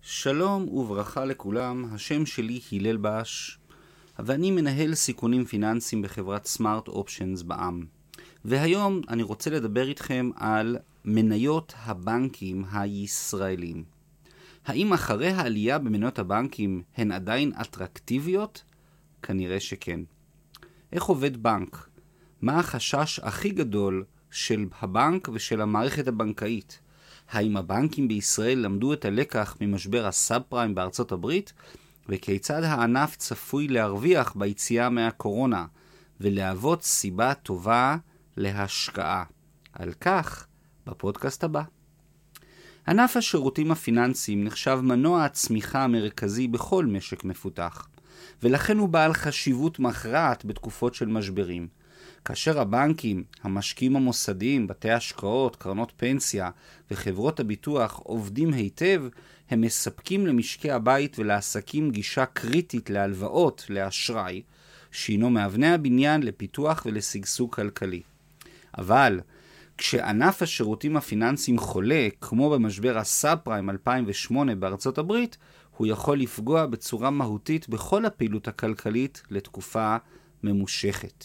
שלום וברכה לכולם, השם שלי הלל בש, ואני מנהל סיכונים פיננסיים בחברת סמארט אופשנס בע"מ. והיום אני רוצה לדבר איתכם על מניות הבנקים הישראלים. האם אחרי העלייה במניות הבנקים הן עדיין אטרקטיביות? כנראה שכן. איך עובד בנק? מה החשש הכי גדול של הבנק ושל המערכת הבנקאית? האם הבנקים בישראל למדו את הלקח ממשבר הסאב פריים בארצות הברית? וכיצד הענף צפוי להרוויח ביציאה מהקורונה ולהוות סיבה טובה להשקעה? על כך בפודקאסט הבא. ענף השירותים הפיננסיים נחשב מנוע הצמיחה המרכזי בכל משק מפותח, ולכן הוא בעל חשיבות מכרעת בתקופות של משברים. כאשר הבנקים, המשקיעים המוסדיים, בתי השקעות, קרנות פנסיה וחברות הביטוח עובדים היטב, הם מספקים למשקי הבית ולעסקים גישה קריטית להלוואות, לאשראי, שהינו מאבני הבניין לפיתוח ולשגשוג כלכלי. אבל כשענף השירותים הפיננסיים חולה, כמו במשבר הסאב פריים 2008 בארצות הברית, הוא יכול לפגוע בצורה מהותית בכל הפעילות הכלכלית לתקופה ממושכת.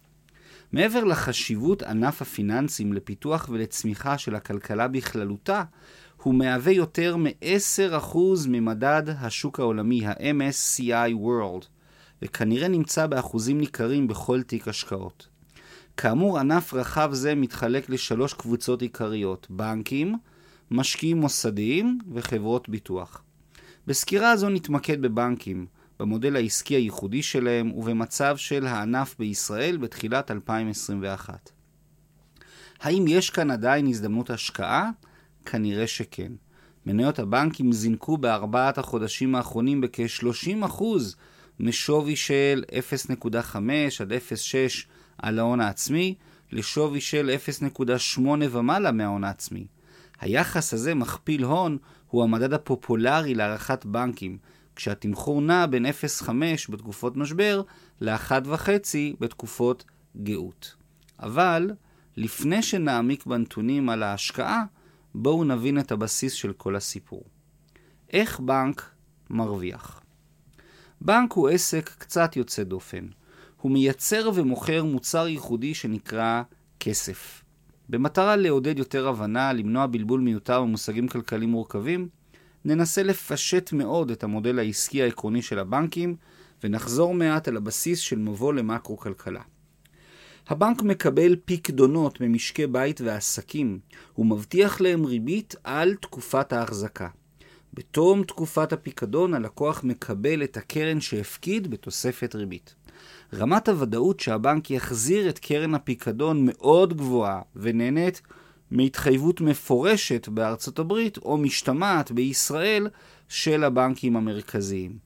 מעבר לחשיבות ענף הפיננסים לפיתוח ולצמיחה של הכלכלה בכללותה, הוא מהווה יותר מ-10% ממדד השוק העולמי, ה-MSCI World, וכנראה נמצא באחוזים ניכרים בכל תיק השקעות. כאמור, ענף רחב זה מתחלק לשלוש קבוצות עיקריות: בנקים, משקיעים מוסדיים וחברות ביטוח. בסקירה הזו נתמקד בבנקים, במודל העסקי הייחודי שלהם ובמצב של הענף בישראל בתחילת 2021. האם יש כאן עדיין הזדמנות השקעה? כנראה שכן. מניות הבנקים זינקו בארבעת החודשים האחרונים בכ-30% משווי של 0.5 עד 0.6 על ההון העצמי לשווי של 0.8 ומעלה מההון העצמי. היחס הזה מכפיל הון הוא המדד הפופולרי להערכת בנקים, כשהתמחור נע בין 0.5 בתקופות משבר ל-1.5 בתקופות גאות. אבל לפני שנעמיק בנתונים על ההשקעה, בואו נבין את הבסיס של כל הסיפור. איך בנק מרוויח? בנק הוא עסק קצת יוצא דופן. הוא מייצר ומוכר מוצר ייחודי שנקרא כסף. במטרה לעודד יותר הבנה, למנוע בלבול מיותר במושגים כלכליים מורכבים, ננסה לפשט מאוד את המודל העסקי העקרוני של הבנקים, ונחזור מעט על הבסיס של מבוא למקרו-כלכלה. הבנק מקבל פיקדונות ממשקי בית ועסקים, ומבטיח להם ריבית על תקופת ההחזקה. בתום תקופת הפיקדון, הלקוח מקבל את הקרן שהפקיד בתוספת ריבית. רמת הוודאות שהבנק יחזיר את קרן הפיקדון מאוד גבוהה, ונהנית מהתחייבות מפורשת בארצות הברית או משתמעת בישראל של הבנקים המרכזיים.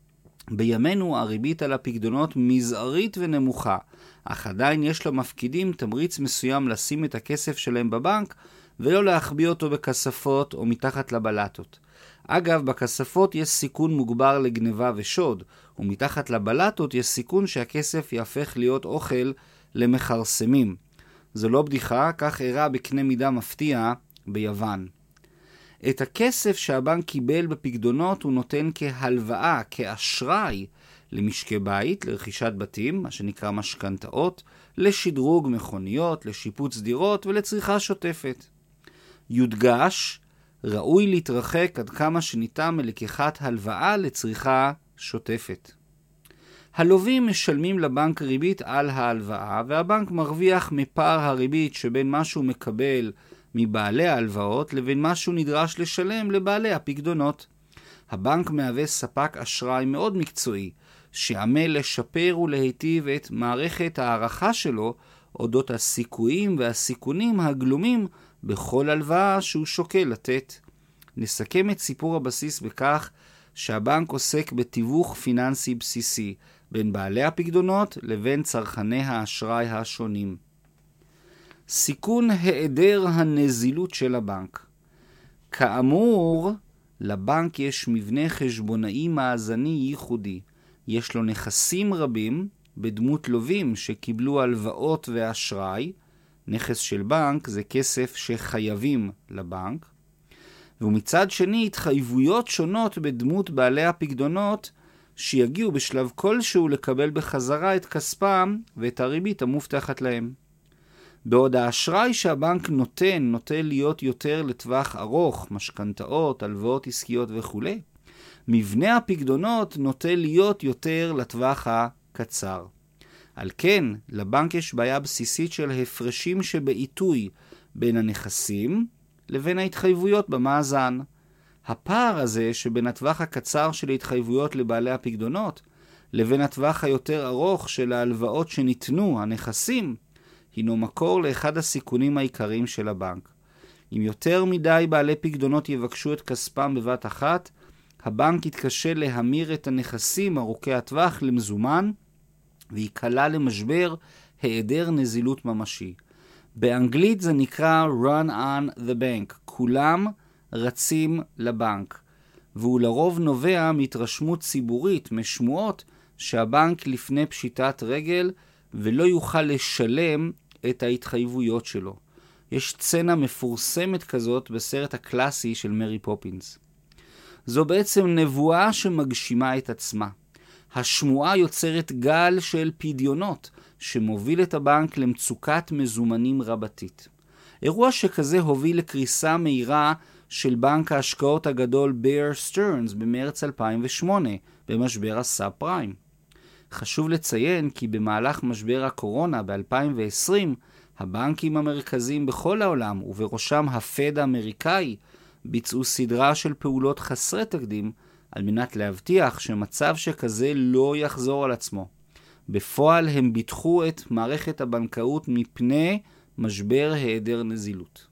בימינו הריבית על הפיקדונות מזערית ונמוכה, אך עדיין יש למפקידים תמריץ מסוים לשים את הכסף שלהם בבנק ולא להחביא אותו בכספות או מתחת לבלטות. אגב, בכספות יש סיכון מוגבר לגניבה ושוד, ומתחת לבלטות יש סיכון שהכסף יהפך להיות אוכל למחרסמים. זו לא בדיחה, כך אירע בקנה מידה מפתיע ביוון. את הכסף שהבנק קיבל בפקדונות הוא נותן כהלוואה, כאשראי, למשקי בית, לרכישת בתים, מה שנקרא משכנתאות, לשדרוג מכוניות, לשיפוץ דירות ולצריכה שוטפת. יודגש, ראוי להתרחק עד כמה שניתן מלקיחת הלוואה לצריכה שוטפת. הלווים משלמים לבנק ריבית על ההלוואה, והבנק מרוויח מפער הריבית שבין מה שהוא מקבל מבעלי ההלוואות לבין מה שהוא נדרש לשלם לבעלי הפקדונות. הבנק מהווה ספק אשראי מאוד מקצועי, שעמל לשפר ולהיטיב את מערכת הערכה שלו אודות הסיכויים והסיכונים הגלומים בכל הלוואה שהוא שוקל לתת. נסכם את סיפור הבסיס בכך שהבנק עוסק בתיווך פיננסי בסיסי בין בעלי הפקדונות לבין צרכני האשראי השונים. סיכון היעדר הנזילות של הבנק. כאמור, לבנק יש מבנה חשבונאי מאזני ייחודי. יש לו נכסים רבים בדמות לווים שקיבלו הלוואות ואשראי. נכס של בנק זה כסף שחייבים לבנק. ומצד שני התחייבויות שונות בדמות בעלי הפקדונות שיגיעו בשלב כלשהו לקבל בחזרה את כספם ואת הריבית המובטחת להם. בעוד האשראי שהבנק נוטה להיות יותר לטווח ארוך, משכנתאות, הלוואות עסקיות וכו', מבנה הפקדונות נוטה להיות יותר לטווח הקצר. על כן, לבנק יש בעיה בסיסית של הפרשים שבעיתוי בין הנכסים לבין ההתחייבויות במאזן. הפער הזה שבין הטווח הקצר של ההתחייבויות לבעלי הפקדונות לבין הטווח היותר ארוך של ההלוואות שניתנו, הנכסים, הינו מקור לאחד הסיכונים העיקריים של הבנק. אם יותר מדי בעלי פקדונות יבקשו את כספם בבת אחת, הבנק יתקשה להמיר את הנכסים ארוכי הטווח למזומן, ויקלה למשבר היעדר נזילות ממשי. באנגלית זה נקרא run on the bank, כולם רצים לבנק, והוא לרוב נובע מהתרשמות ציבורית, משמועות שהבנק לפני פשיטת רגל ולא יוכל לשלם את ההתחייבויות שלו. יש סצנה מפורסמת כזאת בסרט הקלאסי של מרי פופינס. זו בעצם נבואה שמגשימה את עצמה. השמועה יוצרת גל של פדיונות שמוביל את הבנק למצוקת מזומנים רבתית. אירוע שכזה הוביל לקריסה מהירה של בנק ההשקעות הגדול בייר סטרנס במרץ 2008 במשבר הסאב פריים. חשוב לציין כי במהלך משבר הקורונה ב-2020 הבנקים המרכזיים בכל העולם ובראשם הפד האמריקאי ביצעו סדרה של פעולות חסרי תקדים על מנת להבטיח שמצב שכזה לא יחזור על עצמו. בפועל הם ביטחו את מערכת הבנקאות מפני משבר היעדר נזילות.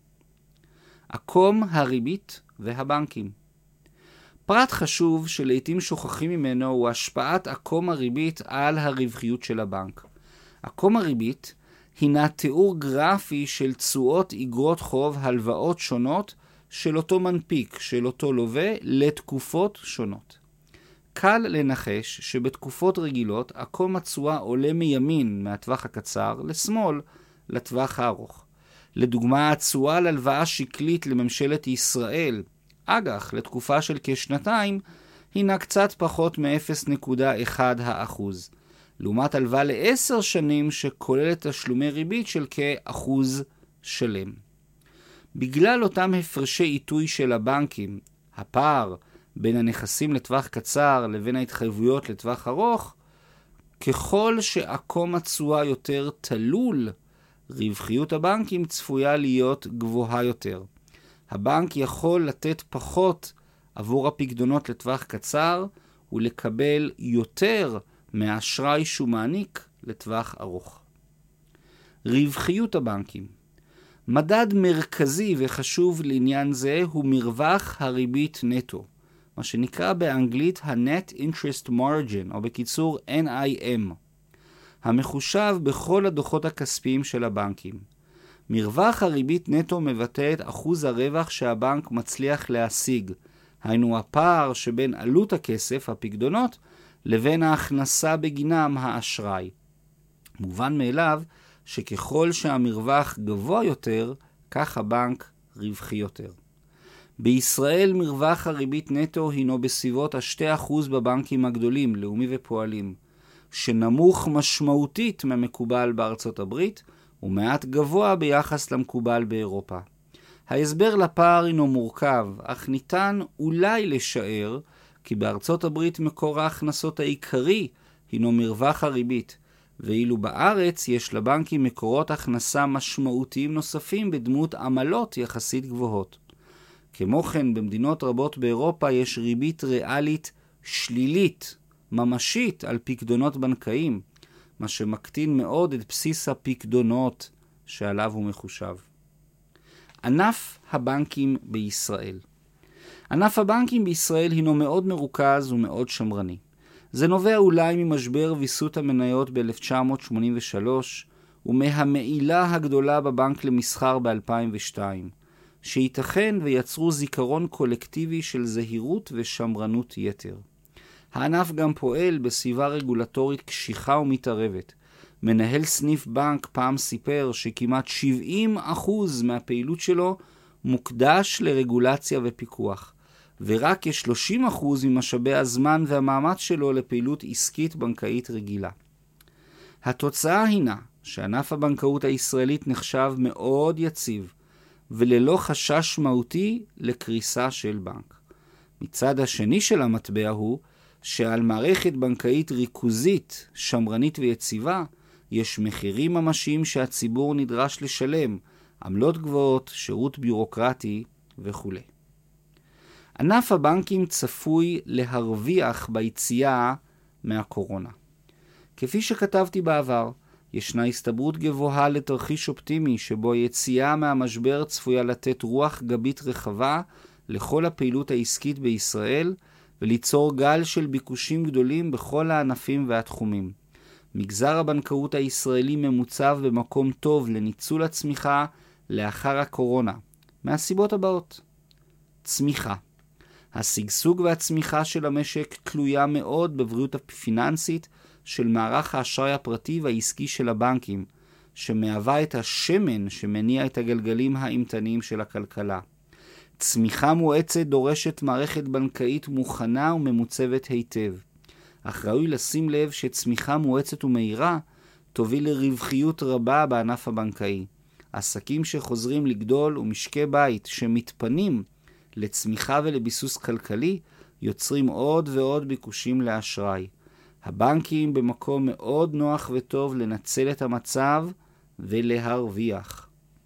עקום הריבית והבנקים. פרט חשוב שלעיתים שוכחים ממנו הוא השפעת עקום הריבית על הרווחיות של הבנק. עקום הריבית הינה תיאור גרפי של תשואות איגרות חוב הלוואות שונות של אותו מנפיק, של אותו לווה, לתקופות שונות. קל לנחש שבתקופות רגילות עקום התשואה עולה מימין מהטווח הקצר לשמאל לטווח הארוך. לדוגמה, התשואה על הלוואה שקלית לממשלת ישראל, אג"ח, לתקופה של כשנתיים, הינה קצת פחות מ-0.1%, לעומת הלוואה ל10 שנים שכוללת תשלומי ריבית של כ1% שלם. בגלל אותם הפרשי עיתוי של הבנקים, הפער בין הנכסים לטווח קצר לבין ההתחייבויות לטווח ארוך, ככל שעקום התשואה יותר תלול, רווחיות הבנקים צפויה להיות גבוהה יותר. הבנק יכול לתת פחות עבור הפקדונות לטווח קצר ולקבל יותר מהאשראי שהוא מעניק לטווח ארוך. רווחיות הבנקים. מדד מרכזי וחשוב לעניין זה הוא מרווח הריבית נטו, מה שנקרא באנגלית ה-Net Interest Margin, או בקיצור NIM, המחושב בכל הדוחות הכספיים של הבנקים. מרווח הריבית נטו מבטא את אחוז הרווח שהבנק מצליח להשיג, היינו הפער שבין עלות הכסף, הפקדונות, לבין ההכנסה בגינם האשראי. מובן מאליו שככל שהמרווח גבוה יותר, כך הבנק רווחי יותר. בישראל מרווח הריבית נטו הינו בסביבות 2% בבנקים הגדולים, לאומי ופועלים, שנמוך משמעותית מהמקובל בארצות הברית, ומעט גבוה ביחס למקובל באירופה. ההסבר לפער הינו מורכב, אך ניתן אולי לשער כי בארצות הברית מקור ההכנסות העיקרי הינו מרווח הריבית, ואילו בארץ יש לבנקים מקורות הכנסה משמעותיים נוספים בדמות עמלות יחסית גבוהות. כמו כן, במדינות רבות באירופה יש ריבית ריאלית שלילית, ממשית על פקדונות בנקאיים, מה שמקטין מאוד את בסיס הפקדונות שעליו הוא מחושב. ענף הבנקים בישראל. ענף הבנקים בישראל הינו מאוד מרוכז ומאוד שמרני. זה נובע אולי ממשבר ויסות המניות ב-1983 ומהמעילה הגדולה בבנק למסחר ב-2002, שייתכן ויצרו זיכרון קולקטיבי של זהירות ושמרנות יתר. הענף גם פועל בסביבה רגולטורית קשיחה ומתערבת. מנהל סניף בנק פעם סיפר שכמעט 70% מהפעילות שלו מוקדש לרגולציה ופיקוח, ורק כ-30% ממשאבי הזמן והמאמץ שלו לפעילות עסקית בנקאית רגילה. התוצאה הינה שענף הבנקאות הישראלית נחשב מאוד יציב, וללא חשש מהותי לקריסה של בנק. מצד השני של המטבע הוא שעל מערכת בנקאית ריכוזית, שמרנית ויציבה, יש מחירים ממשיים שהציבור נדרש לשלם, עמלות גבוהות, שירות ביורוקרטי וכו'. ענף הבנקים צפוי להרוויח ביציאה מהקורונה. כפי שכתבתי בעבר, ישנה הסתברות גבוהה לתרחיש אופטימי שבו יציאה מהמשבר צפויה לתת רוח גבית רחבה לכל הפעילות העסקית בישראל וליצור גל של ביקושים גדולים בכל הענפים והתחומים. מגזר הבנקאות הישראלי ממוצב במקום טוב לניצול הצמיחה לאחר הקורונה, מהסיבות הבאות. צמיחה. השגשוג והצמיחה של המשק תלויה מאוד בבריאות הפיננסית של מערך האשראי הפרטי והעסקי של הבנקים, שמהווה את השמן שמניע את הגלגלים האימתניים של הכלכלה. צמיחה מואצת דורשת מערכת בנקאית מוכנה וממוצבת היטב. אך ראוי לשים לב שצמיחה מואצת ומהירה תוביל לרווחיות רבה בענף הבנקאי. עסקים שחוזרים לגדול ומשקי בית שמתפנים לצמיחה ולביסוס כלכלי יוצרים עוד ועוד ביקושים לאשראי. הבנקים במקום מאוד נוח וטוב לנצל את המצב ולהרוויח.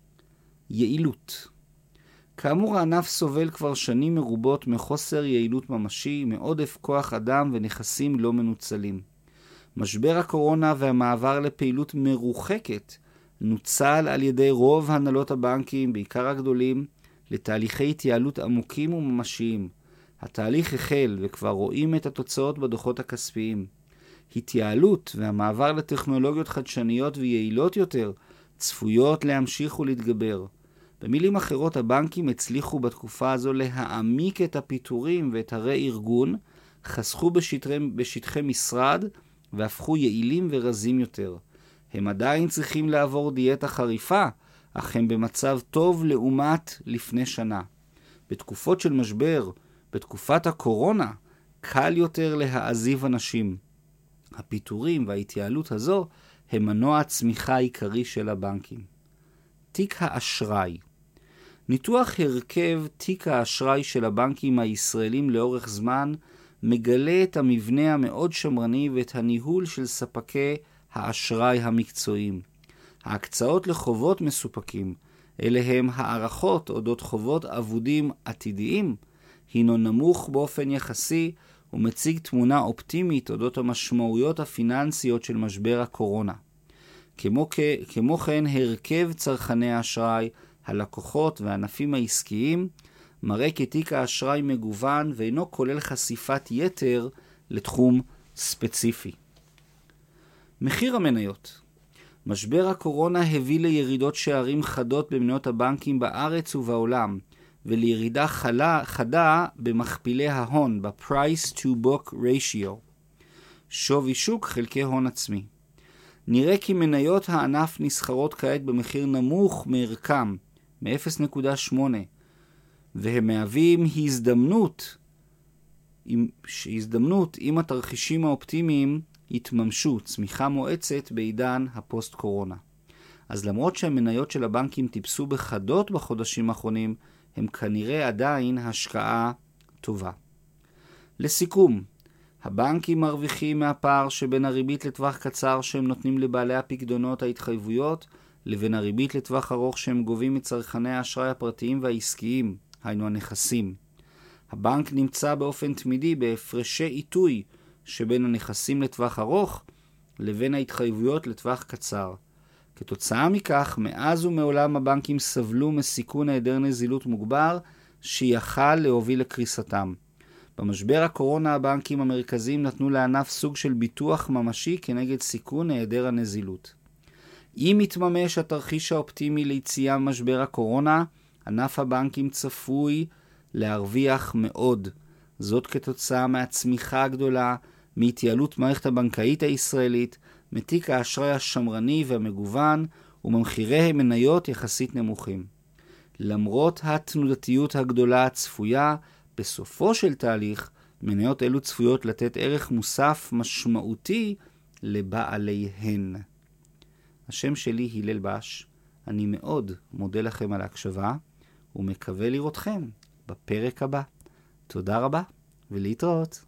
יעילות. כאמור, הענף סובל כבר שנים מרובות מחוסר יעילות ממשי, מעודף כוח אדם ונכסים לא מנוצלים. משבר הקורונה והמעבר לפעילות מרוחקת נוצל על ידי רוב הנהלות הבנקים, בעיקר הגדולים, לתהליכי התייעלות עמוקים וממשיים. התהליך החל וכבר רואים את התוצאות בדוחות הכספיים. התייעלות והמעבר לטכנולוגיות חדשניות ויעילות יותר צפויות להמשיך ולהתגבר. במילים אחרות, הבנקים הצליחו בתקופה הזו להעמיק את הפיטורים ואת הרה-ארגון, חסכו בשטחי משרד והפכו יעילים ורזים יותר. הם עדיין צריכים לעבור דיאטה חריפה, אך הם במצב טוב לעומת לפני שנה. בתקופות של משבר, בתקופת הקורונה, קל יותר להעזיב אנשים. הפיטורים וההתייעלות הזו הם מנוע הצמיחה העיקרי של הבנקים. תיק האשראי. ניתוח הרכב תיק האשראי של הבנקים הישראלים לאורך זמן מגלה את המבנה המאוד שמרני ואת הניהול של ספקי האשראי המקצועיים. ההקצאות לחובות מסופקים, אלה הם הערכות אודות חובות אבודים עתידיים, הינו נמוך באופן יחסי ומציג תמונה אופטימית אודות המשמעויות הפיננסיות של משבר הקורונה. כמו כן, הרכב צרכני האשראי, הלקוחות והענפים העסקיים מראה כי תיק האשראי מגוון ואינו כולל חשיפת יתר לתחום ספציפי. מחיר המניות. משבר הקורונה הביא לירידות שערים חדות במניות הבנקים בארץ ובעולם, ולירידה חדה במכפילי ההון, ב-Price to Book Ratio, שווי שוק חלקי הון עצמי. נראה כי מניות הענף נסחרות כעת במחיר נמוך מערכם, מ-0.8, והם מהווים הזדמנות אם התרחישים האופטימיים יתממשו, צמיחה מואצת בעידן הפוסט-קורונה. אז למרות שהמניות של הבנקים טיפסו בחדות בחודשים האחרונים, הם כנראה עדיין השקעה טובה. לסיכום, הבנקים מרוויחים מהפער שבין הריבית לטווח קצר שהם נותנים לבעלי הפקדונות ההתחייבויות, לבין הריבית לטווח ארוך שהם גובים מצרכני האשראי הפרטיים והעסקיים, היינו הנכסים. הבנק נמצא באופן תמידי בהפרשי עיתוי שבין הנכסים לטווח ארוך לבין ההתחייבויות לטווח קצר. כתוצאה מכך, מאז ומעולם הבנקים סבלו מסיכון היעדר נזילות מוגבר שיכל להוביל לקריסתם. במשבר הקורונה הבנקים המרכזיים נתנו לענף סוג של ביטוח ממשי כנגד סיכון היעדר הנזילות. אם יתממש התרחיש האופטימי ליציאה ממשבר הקורונה, ענף הבנקים צפוי להרוויח מאוד. זאת כתוצאה מהצמיחה הגדולה, מהתייעלות מערכת הבנקאית הישראלית, מתיק האשראי השמרני והמגוון, וממחירי מניות יחסית נמוכים. למרות התנודתיות הגדולה הצפויה, בסופו של תהליך, מניות אלו צפויות לתת ערך מוסף משמעותי לבעליהן. השם שלי הלל בש, אני מאוד מודה לכם על ההקשבה, ומקווה לראותכם בפרק הבא. תודה רבה, ולהתראות.